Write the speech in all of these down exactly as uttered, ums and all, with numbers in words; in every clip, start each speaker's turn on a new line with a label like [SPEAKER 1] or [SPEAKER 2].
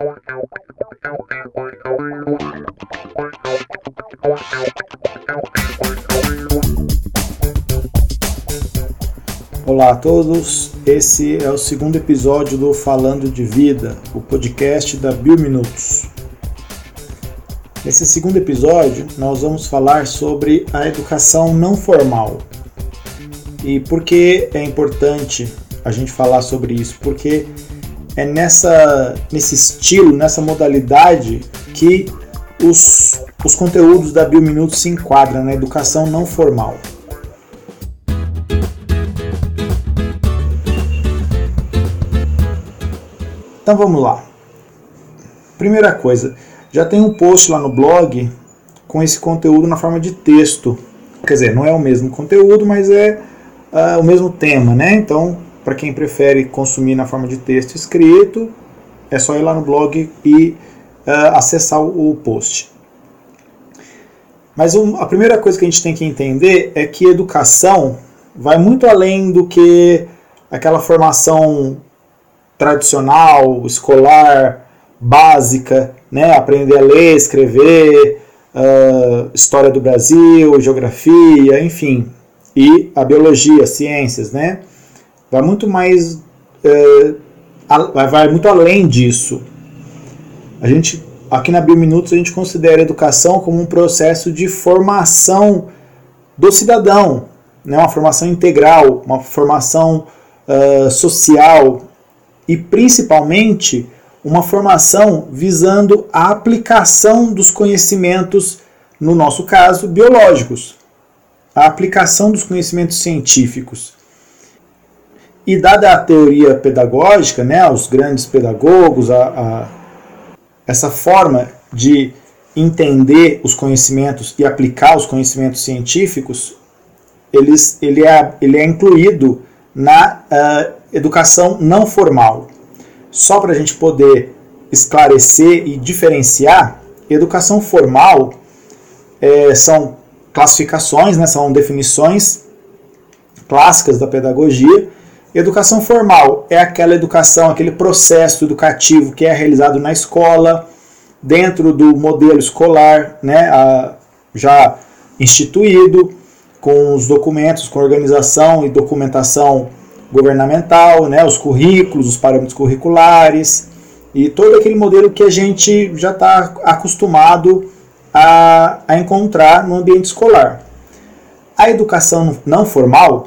[SPEAKER 1] Olá a todos, esse é o segundo episódio do Falando de Vida, o podcast da Biominutos. Nesse segundo episódio, nós vamos falar sobre a educação não formal. E por que é importante a gente falar sobre isso? Porque é nessa, nesse estilo, nessa modalidade que os, os conteúdos da Biominutos se enquadram na educação não formal. Então vamos lá. Primeira coisa, já tem um post lá no blog com esse conteúdo na forma de texto. Quer dizer, não é o mesmo conteúdo, mas é uh, o mesmo tema, né? Então, para quem prefere consumir na forma de texto escrito, é só ir lá no blog e uh, acessar o, o post. Mas um, a primeira coisa que a gente tem que entender é que educação vai muito além do que aquela formação tradicional, escolar, básica, né? Aprender a ler, escrever, uh, história do Brasil, geografia, enfim, e a biologia, ciências, né? Vai muito mais, uh, a, vai muito além disso. A gente, aqui na Biominutos, a gente considera a educação como um processo de formação do cidadão, né? Uma formação integral, uma formação uh, social, e principalmente uma formação visando a aplicação dos conhecimentos, no nosso caso, biológicos, a aplicação dos conhecimentos científicos. E dada a teoria pedagógica, né, os grandes pedagogos, a, a, essa forma de entender os conhecimentos e aplicar os conhecimentos científicos, eles, ele, é, ele é incluído na uh, educação não formal. Só para a gente poder esclarecer e diferenciar, educação formal é, são classificações, né, são definições clássicas da pedagogia. Educação formal é aquela educação, aquele processo educativo que é realizado na escola, dentro do modelo escolar, né, a, já instituído, com os documentos, com organização e documentação governamental, né, os currículos, os parâmetros curriculares e todo aquele modelo que a gente já está acostumado a, a encontrar no ambiente escolar. A educação não formal,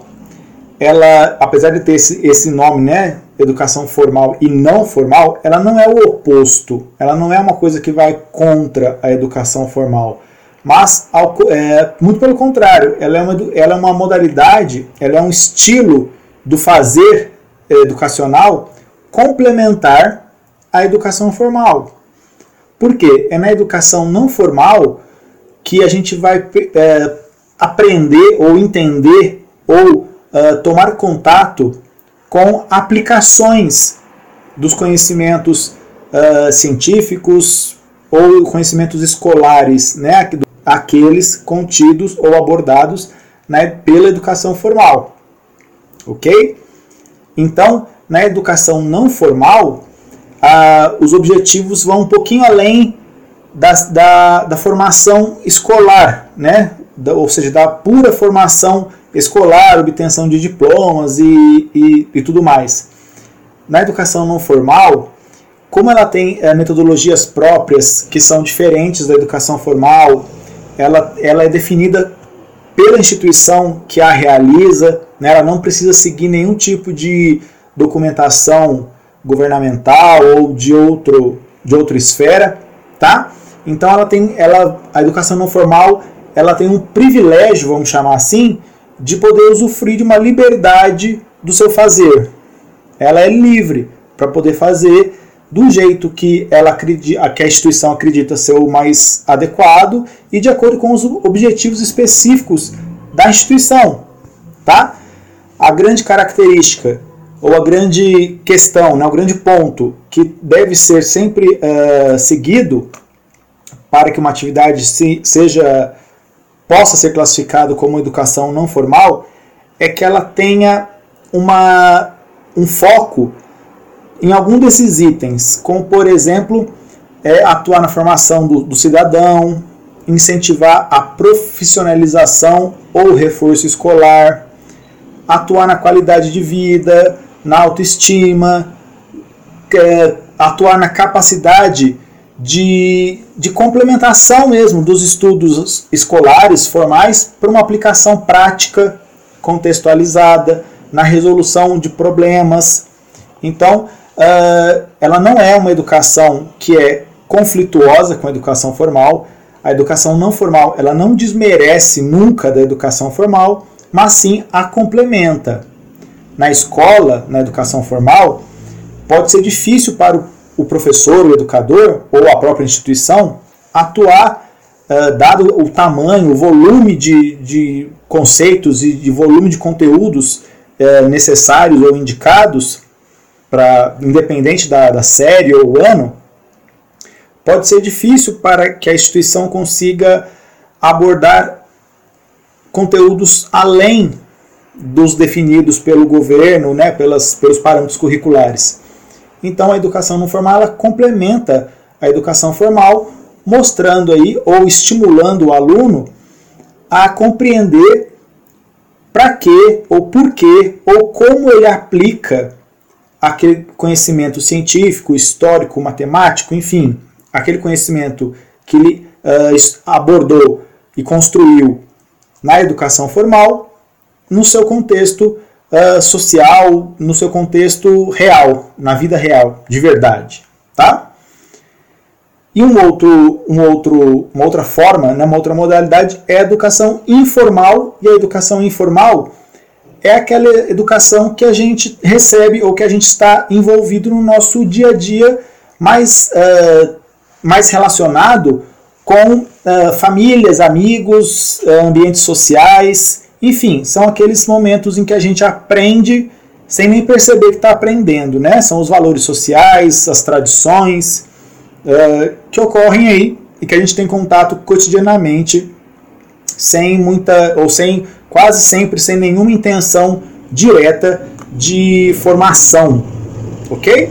[SPEAKER 1] ela, apesar de ter esse, esse nome, né, educação formal e não formal, ela não é o oposto, ela não é uma coisa que vai contra a educação formal. Mas, ao, é, muito pelo contrário, ela é, uma, ela é uma modalidade, ela é um estilo do fazer educacional complementar à educação formal. Por quê? É na educação não formal que a gente vai é, aprender ou entender ou é, tomar contato com aplicações dos conhecimentos é, científicos ou conhecimentos escolares, né? Aqueles contidos ou abordados, né, pela educação formal. Ok? Então, na educação não formal, ah, os objetivos vão um pouquinho além da, da, da formação escolar, né? Da, ou seja, da pura formação escolar, obtenção de diplomas e, e, e tudo mais. Na educação não formal, como ela tem é, metodologias próprias que são diferentes da educação formal, ela, ela é definida pela instituição que a realiza, né? Ela não precisa seguir nenhum tipo de documentação governamental ou de, outro, de outra esfera, tá? Então ela tem, ela, a educação não formal, ela tem um privilégio, vamos chamar assim, de poder usufruir de uma liberdade do seu fazer. Ela é livre para poder fazer do jeito que, ela acredita, que a instituição acredita ser o mais adequado e de acordo com os objetivos específicos da instituição. Tá? A grande característica, ou a grande questão, né, o grande ponto que deve ser sempre uh, seguido para que uma atividade se, seja, possa ser classificada como educação não formal, é que ela tenha uma, um foco em algum desses itens, como por exemplo, é, atuar na formação do, do cidadão, incentivar a profissionalização ou reforço escolar, atuar na qualidade de vida, na autoestima, é, atuar na capacidade de, de complementação mesmo dos estudos escolares formais para uma aplicação prática, contextualizada, na resolução de problemas. Então, uh, ela não é uma educação que é conflituosa com a educação formal. A educação não formal, ela não desmerece nunca da educação formal, mas sim a complementa. Na escola, na educação formal, pode ser difícil para o professor, o educador ou a própria instituição atuar, uh, dado o tamanho, o volume de, de conceitos e de volume de conteúdos uh, necessários ou indicados, pra, independente da, da série ou ano, pode ser difícil para que a instituição consiga abordar conteúdos além dos definidos pelo governo, né, pelas, pelos parâmetros curriculares. Então a educação não formal ela complementa a educação formal, mostrando aí ou estimulando o aluno a compreender para que ou por que ou como ele aplica aquele conhecimento científico, histórico, matemático, enfim, aquele conhecimento que ele uh, abordou e construiu na educação formal, no seu contexto uh, social, no seu contexto real, na vida real, de verdade, tá? E um outro, um outro, uma outra forma, né, uma outra modalidade é a educação informal, e a educação informal é aquela educação que a gente recebe ou que a gente está envolvido no nosso dia a dia, mais, uh, mais relacionado com uh, famílias, amigos, uh, ambientes sociais, enfim, são aqueles momentos em que a gente aprende sem nem perceber que está aprendendo, né? São os valores sociais, as tradições uh, que ocorrem aí e que a gente tem contato cotidianamente, sem muita, ou sem, quase sempre sem nenhuma intenção direta de formação, ok?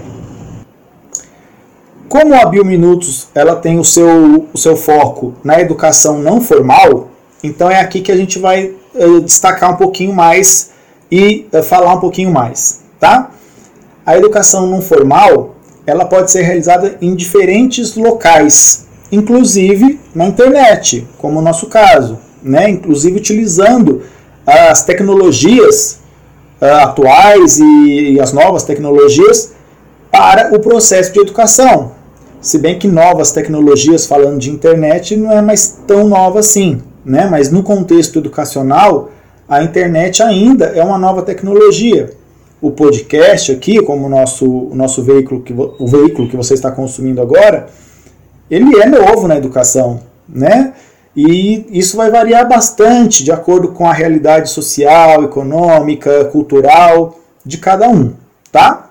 [SPEAKER 1] Como a Biominutos ela tem o seu, o seu foco na educação não formal, então é aqui que a gente vai uh, destacar um pouquinho mais e uh, falar um pouquinho mais, tá? A educação não formal ela pode ser realizada em diferentes locais, inclusive na internet, como o nosso caso, né? Inclusive utilizando as tecnologias uh, atuais e, e as novas tecnologias para o processo de educação. Se bem que novas tecnologias, falando de internet, não é mais tão nova assim, né? Mas no contexto educacional, a internet ainda é uma nova tecnologia. O podcast aqui, como o nosso, o nosso veículo, que, o veículo que você está consumindo agora, ele é novo na educação, né? E isso vai variar bastante de acordo com a realidade social, econômica, cultural de cada um, tá?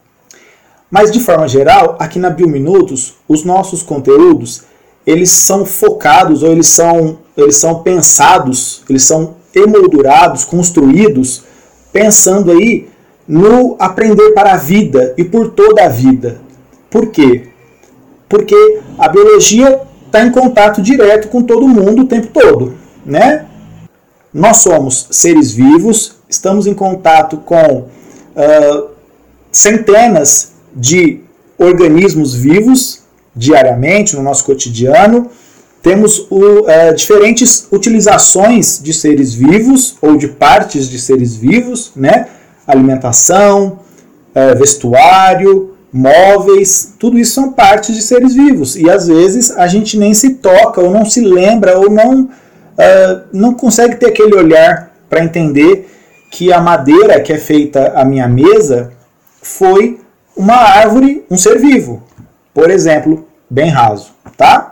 [SPEAKER 1] Mas de forma geral, aqui na Biominutos, os nossos conteúdos, eles são focados ou eles são, eles são pensados, eles são emoldurados, construídos, pensando aí no aprender para a vida e por toda a vida. Por quê? Porque a biologia está em contato direto com todo mundo o tempo todo, né? Nós somos seres vivos, estamos em contato com uh, centenas de organismos vivos diariamente no nosso cotidiano. Temos o, uh, diferentes utilizações de seres vivos ou de partes de seres vivos, né? Alimentação, uh, vestuário, móveis, tudo isso são partes de seres vivos. E às vezes a gente nem se toca, ou não se lembra, ou não, uh, não consegue ter aquele olhar para entender que a madeira que é feita a minha mesa foi uma árvore, um ser vivo. Por exemplo, bem raso, tá?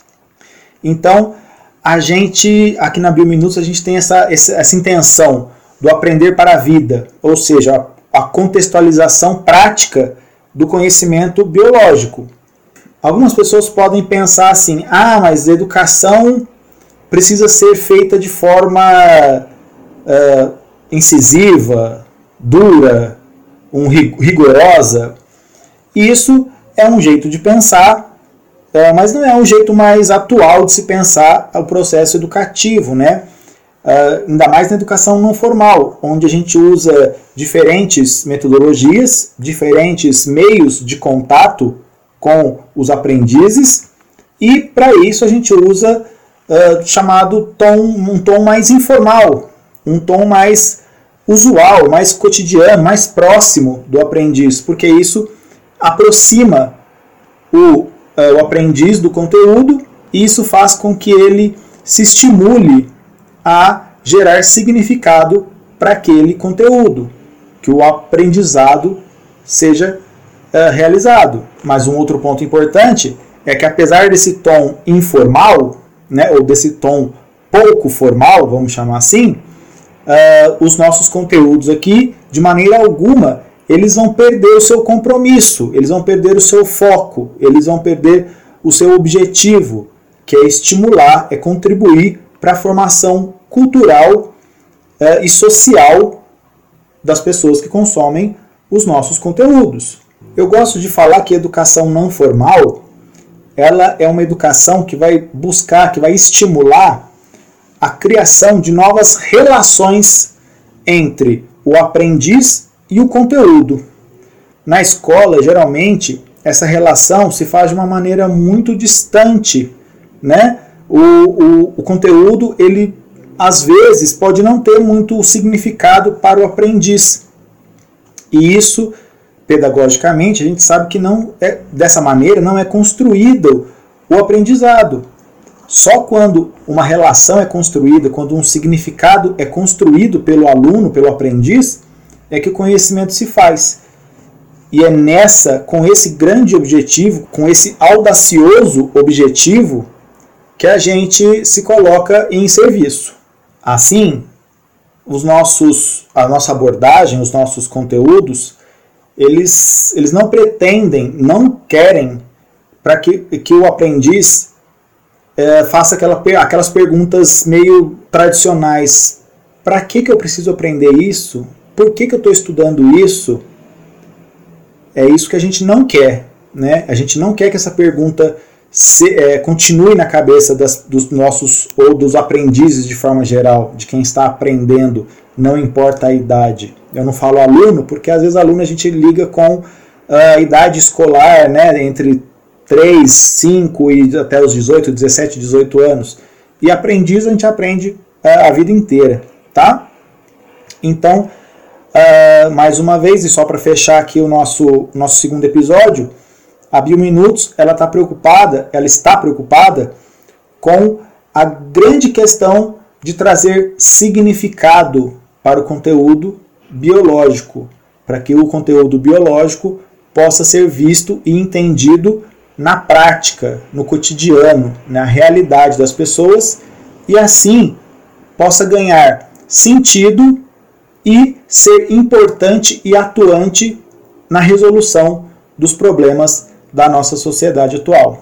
[SPEAKER 1] Então, a gente, aqui na Biominutos, a gente tem essa, essa, essa intenção do aprender para a vida, ou seja, a, a contextualização prática do conhecimento biológico. Algumas pessoas podem pensar assim, ah, mas a educação precisa ser feita de forma uh, incisiva, dura, um, rigorosa. Isso é um jeito de pensar, é, mas não é um jeito mais atual de se pensar o processo educativo, né? Uh, ainda mais na educação não formal, onde a gente usa diferentes metodologias, diferentes meios de contato com os aprendizes, e para isso a gente usa uh, chamado tom, um tom mais informal, um tom mais usual, mais cotidiano, mais próximo do aprendiz, porque isso aproxima o, uh, o aprendiz do conteúdo, e isso faz com que ele se estimule a gerar significado para aquele conteúdo, que o aprendizado seja uh, realizado. Mas um outro ponto importante é que, apesar desse tom informal, né, ou desse tom pouco formal, vamos chamar assim, uh, os nossos conteúdos aqui, de maneira alguma, eles vão perder o seu compromisso, eles vão perder o seu foco, eles vão perder o seu objetivo, que é estimular, é contribuir para a formação cultural eh, e social das pessoas que consomem os nossos conteúdos. Eu gosto de falar que a educação não formal, ela é uma educação que vai buscar, que vai estimular a criação de novas relações entre o aprendiz e o conteúdo. Na escola, geralmente, essa relação se faz de uma maneira muito distante, né? O, o, o conteúdo, ele às vezes pode não ter muito significado para o aprendiz. E isso, pedagogicamente, a gente sabe que não é, dessa maneira não é construído o aprendizado. Só quando uma relação é construída, quando um significado é construído pelo aluno, pelo aprendiz, é que o conhecimento se faz. E é nessa, com esse grande objetivo, com esse audacioso objetivo, que a gente se coloca em serviço. Assim, os nossos, a nossa abordagem, os nossos conteúdos, eles, eles não pretendem, não querem para que, que o aprendiz é, faça aquela, aquelas perguntas meio tradicionais. Para que, que eu preciso aprender isso? Por que, que eu estou estudando isso? É isso que a gente não quer, né? A gente não quer que essa pergunta Se, é, continue na cabeça das, dos nossos ou dos aprendizes de forma geral, de quem está aprendendo, não importa a idade. Eu não falo aluno, porque às vezes aluno a gente liga com a idade escolar, né, entre três, cinco e até os dezoito, dezessete, dezoito anos. E aprendiz a gente aprende uh, a vida inteira, tá? Então, uh, mais uma vez, e só para fechar aqui o nosso, nosso segundo episódio, a Biominutos, ela está preocupada, ela está preocupada com a grande questão de trazer significado para o conteúdo biológico, para que o conteúdo biológico possa ser visto e entendido na prática, no cotidiano, na realidade das pessoas, e assim possa ganhar sentido e ser importante e atuante na resolução dos problemas da nossa sociedade atual.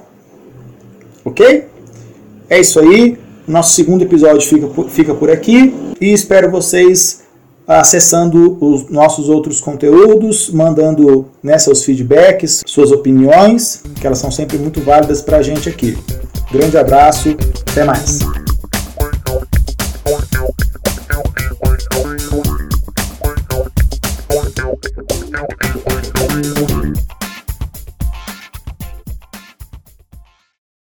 [SPEAKER 1] Ok? É isso aí. Nosso segundo episódio fica por, fica por aqui. E espero vocês acessando os nossos outros conteúdos, mandando, né, seus feedbacks, suas opiniões, que elas são sempre muito válidas para a gente aqui. Grande abraço. Até mais.